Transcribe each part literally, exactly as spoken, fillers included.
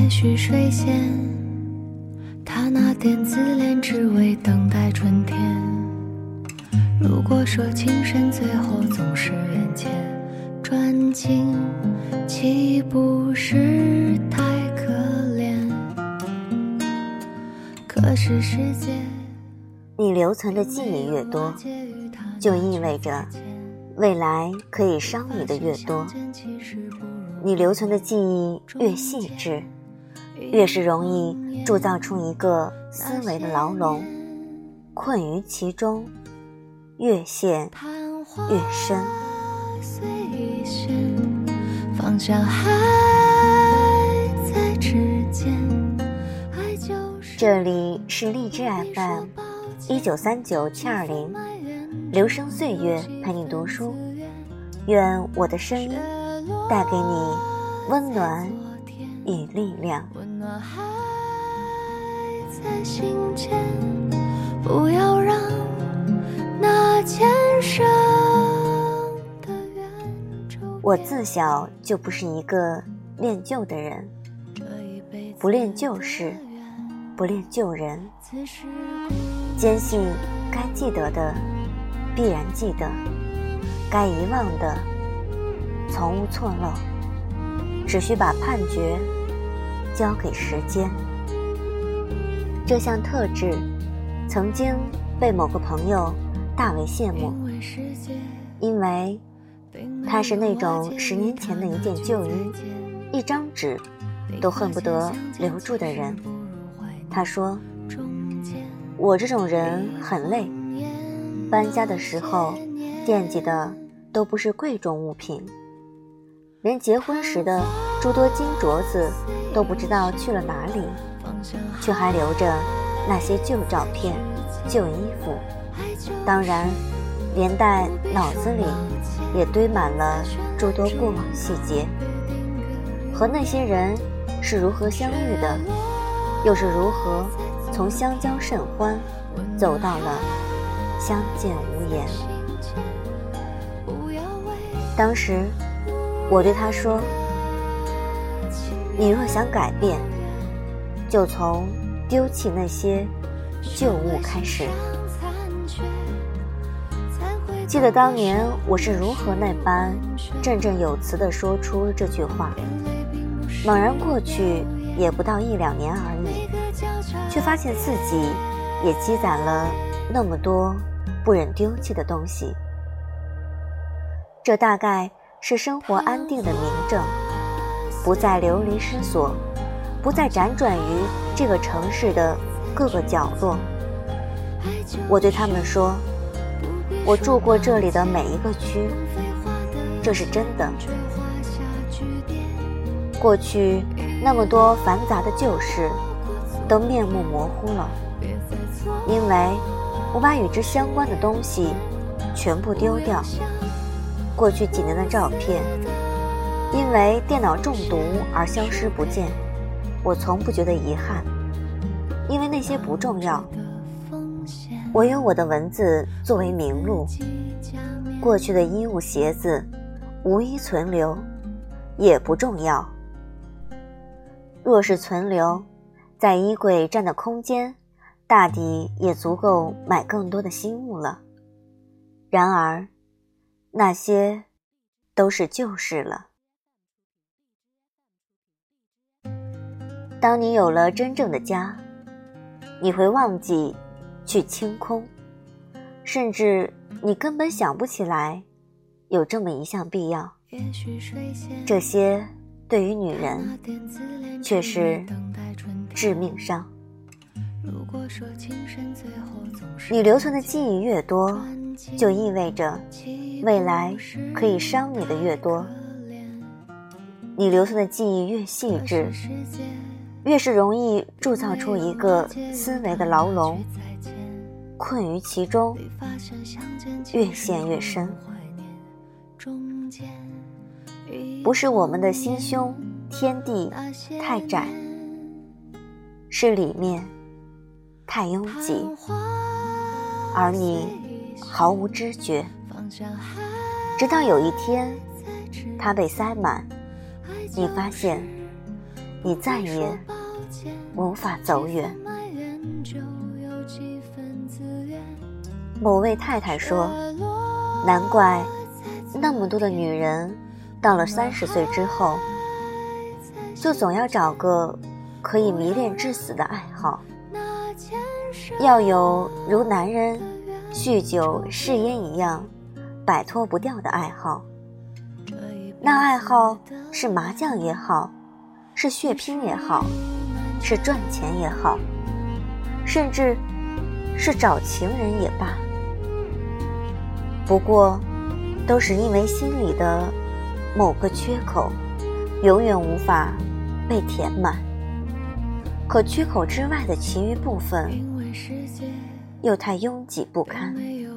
也许水仙，他那点自恋只为等待春天。如果说情深最后总是缘浅，转经岂不是太可怜？可是世界， 你留存的记忆越多，就意味着未来可以伤你的越多。你留存的记忆越细致，越是容易铸造出一个思维的牢笼，困于其中，越陷越深。 方向还在指尖。 这里是荔枝 F M 一九三九七二零，留声岁月陪你读书，愿我的声音带给你温暖与力量。 温暖还在心间，不要让那前生的冤仇。 我自小就不是一个恋旧的人，不恋旧事，不恋旧人，坚信该记得的必然记得，该遗忘的从无错漏，只需把判决交给时间。这项特质曾经被某个朋友大为羡慕，因为他是那种十年前的一件旧衣，一张纸都恨不得留住的人。他说，我这种人很累，搬家的时候惦记的都不是贵重物品，连结婚时的诸多金镯子都不知道去了哪里，却还留着那些旧照片、旧衣服，当然连带脑子里也堆满了诸多过往细节，和那些人是如何相遇的，又是如何从相交甚欢走到了相见无言。当时我对他说，你若想改变，就从丢弃那些旧物开始。记得当年我是如何那般振振有词地说出这句话，猛然过去也不到一两年而已，却发现自己也积攒了那么多不忍丢弃的东西。这大概是生活安定的明证，不再流离失所，不再辗转于这个城市的各个角落。我对他们说，我住过这里的每一个区，这是真的。过去那么多繁杂的旧事都面目模糊了，因为我把与之相关的东西全部丢掉。过去几年的照片因为电脑中毒而消失不见，我从不觉得遗憾，因为那些不重要。我有我的文字作为名录，过去的衣物鞋子无一存留，也不重要。若是存留，在衣柜占的空间大抵也足够买更多的新物了。然而那些都是旧事了。当你有了真正的家，你会忘记去清空，甚至你根本想不起来有这么一项必要。这些对于女人却是致命伤。你留存的记忆越多，就意味着未来可以伤你的越多。你留存的记忆越细致，越是容易铸造出一个思维的牢笼，困于其中，越陷越深。不是我们的心胸天地太窄，是里面太拥挤，而你毫无知觉，直到有一天它被塞满，你发现你再也无法走远。某位太太说，难怪那么多的女人到了三十岁之后，就总要找个可以迷恋至死的爱好，要有如男人酗酒嗜烟一样摆脱不掉的爱好。那爱好是麻将也好，是血拼也好，是赚钱也好，甚至是找情人也罢，不过都是因为心里的某个缺口永远无法被填满，可缺口之外的其余部分又太拥挤不堪。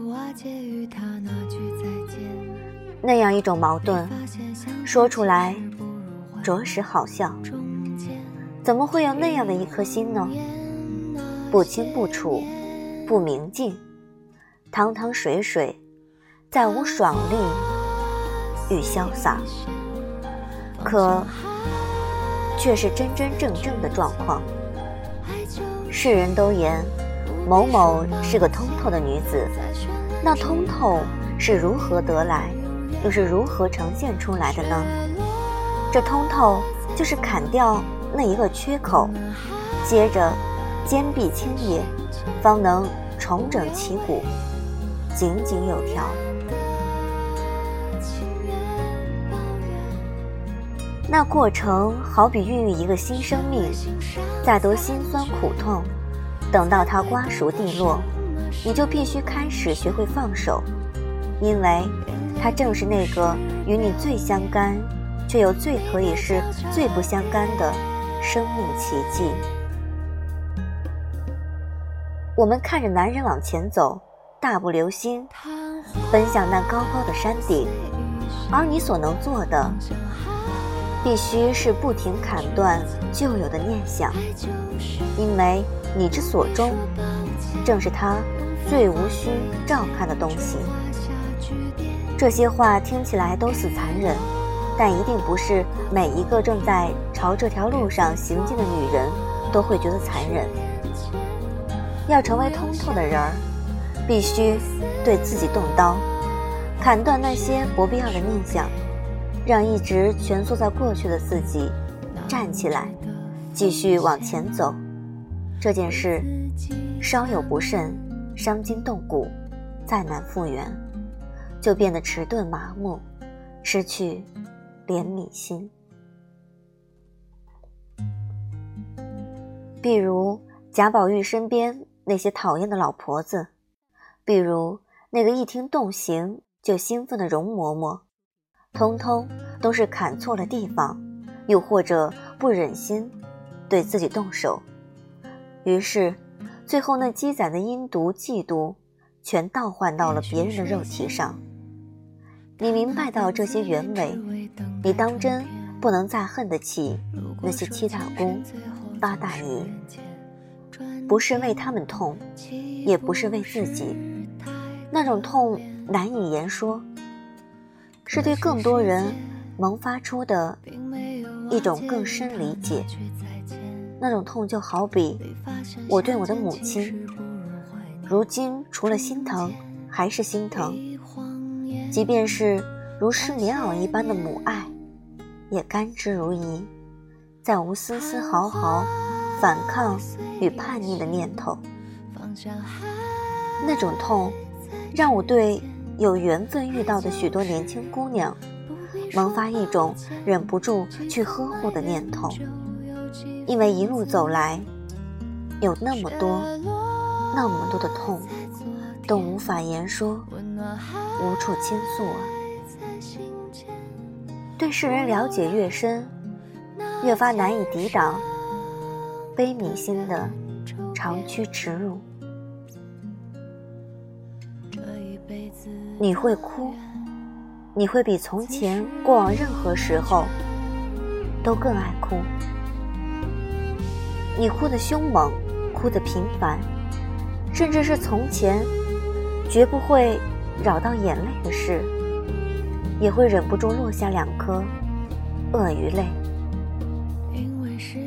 那样一种矛盾说出来着实好笑，怎么会有那样的一颗心呢？不清不楚，不明净，堂堂水水，再无爽利与潇洒，可却是真真正正的状况。世人都言某某是个通透的女子，那通透是如何得来，又是如何呈现出来的呢？这通透就是砍掉那一个缺口，接着坚壁清野，方能重整旗鼓，井井有条。那过程好比孕育一个新生命，再多辛酸苦痛，等到它瓜熟蒂落，你就必须开始学会放手，因为它正是那个与你最相干，却又最可以是最不相干的生命奇迹。我们看着男人往前走，大步流星，奔向那高高的山顶，而你所能做的必须是不停砍断旧有的念想，因为你之所终正是他最无需照看的东西。这些话听起来都似残忍，但一定不是每一个正在朝这条路上行进的女人都会觉得残忍。要成为通透的人儿，必须对自己动刀，砍断那些不必要的念想，让一直蜷缩在过去的自己站起来，继续往前走。这件事稍有不慎，伤筋动骨，再难复原，就变得迟钝麻木，失去怜悯心。比如贾宝玉身边那些讨厌的老婆子，比如那个一听动刑就兴奋的容嬷嬷，通通都是砍错了地方，又或者不忍心对自己动手，于是最后那积攒的阴毒嫉妒全倒换到了别人的肉体上。你明白到这些原委，你当真不能再恨得起那些七大姑八大姨，不是为他们痛，也不是为自己，那种痛难以言说，是对更多人萌发出的一种更深理解。那种痛就好比我对我的母亲，如今除了心疼还是心疼，即便是如湿棉袄一般的母爱，也甘之如饴，再无丝丝毫毫反抗与叛逆的念头。那种痛让我对有缘分遇到的许多年轻姑娘萌发一种忍不住去呵护的念头，因为一路走来有那么多那么多的痛都无法言说，无处倾诉啊。对世人了解越深，越发难以抵挡悲悯心的长驱直入。你会哭，你会比从前过往任何时候都更爱哭。你哭得凶猛，哭得频繁，甚至是从前绝不会扰到眼泪的事，也会忍不住落下两颗鳄鱼泪。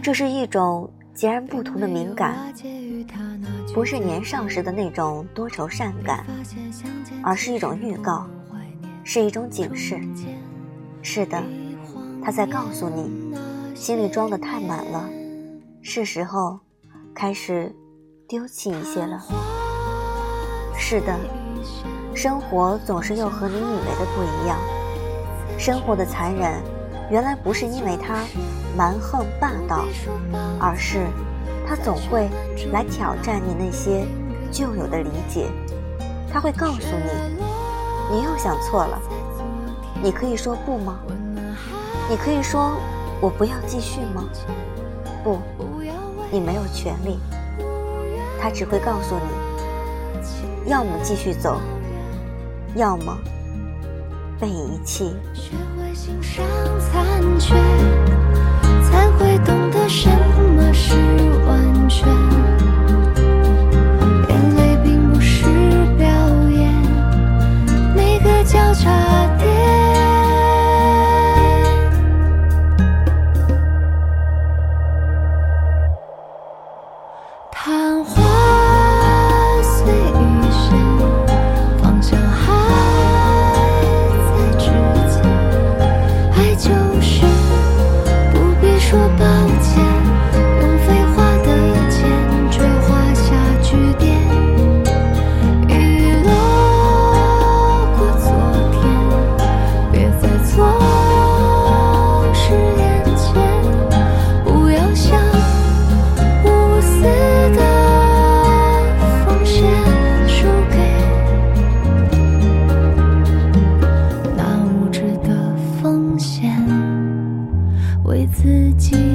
这是一种截然不同的敏感，不是年少时的那种多愁善感，而是一种预告，是一种警示。是的，他在告诉你，心里装得太满了，是时候开始丢弃一些了。是的，生活总是又和你以为的不一样。生活的残忍原来不是因为它蛮横霸道，而是它总会来挑战你那些旧有的理解。它会告诉你，你又想错了。你可以说不吗？你可以说我不要继续吗？不，你没有权利。它只会告诉你，要么继续走，要么被遗弃。 学会欣赏残缺，才会懂得什么是完全。眼泪并不是表演，每个交叉点，昙花随雨线，方向还在之前。爱就是不必说抱歉，用废话的坚决画下句点。雨落过昨天，别再错失眼前，不要想无私的奉献输给那无知的奉献，为自己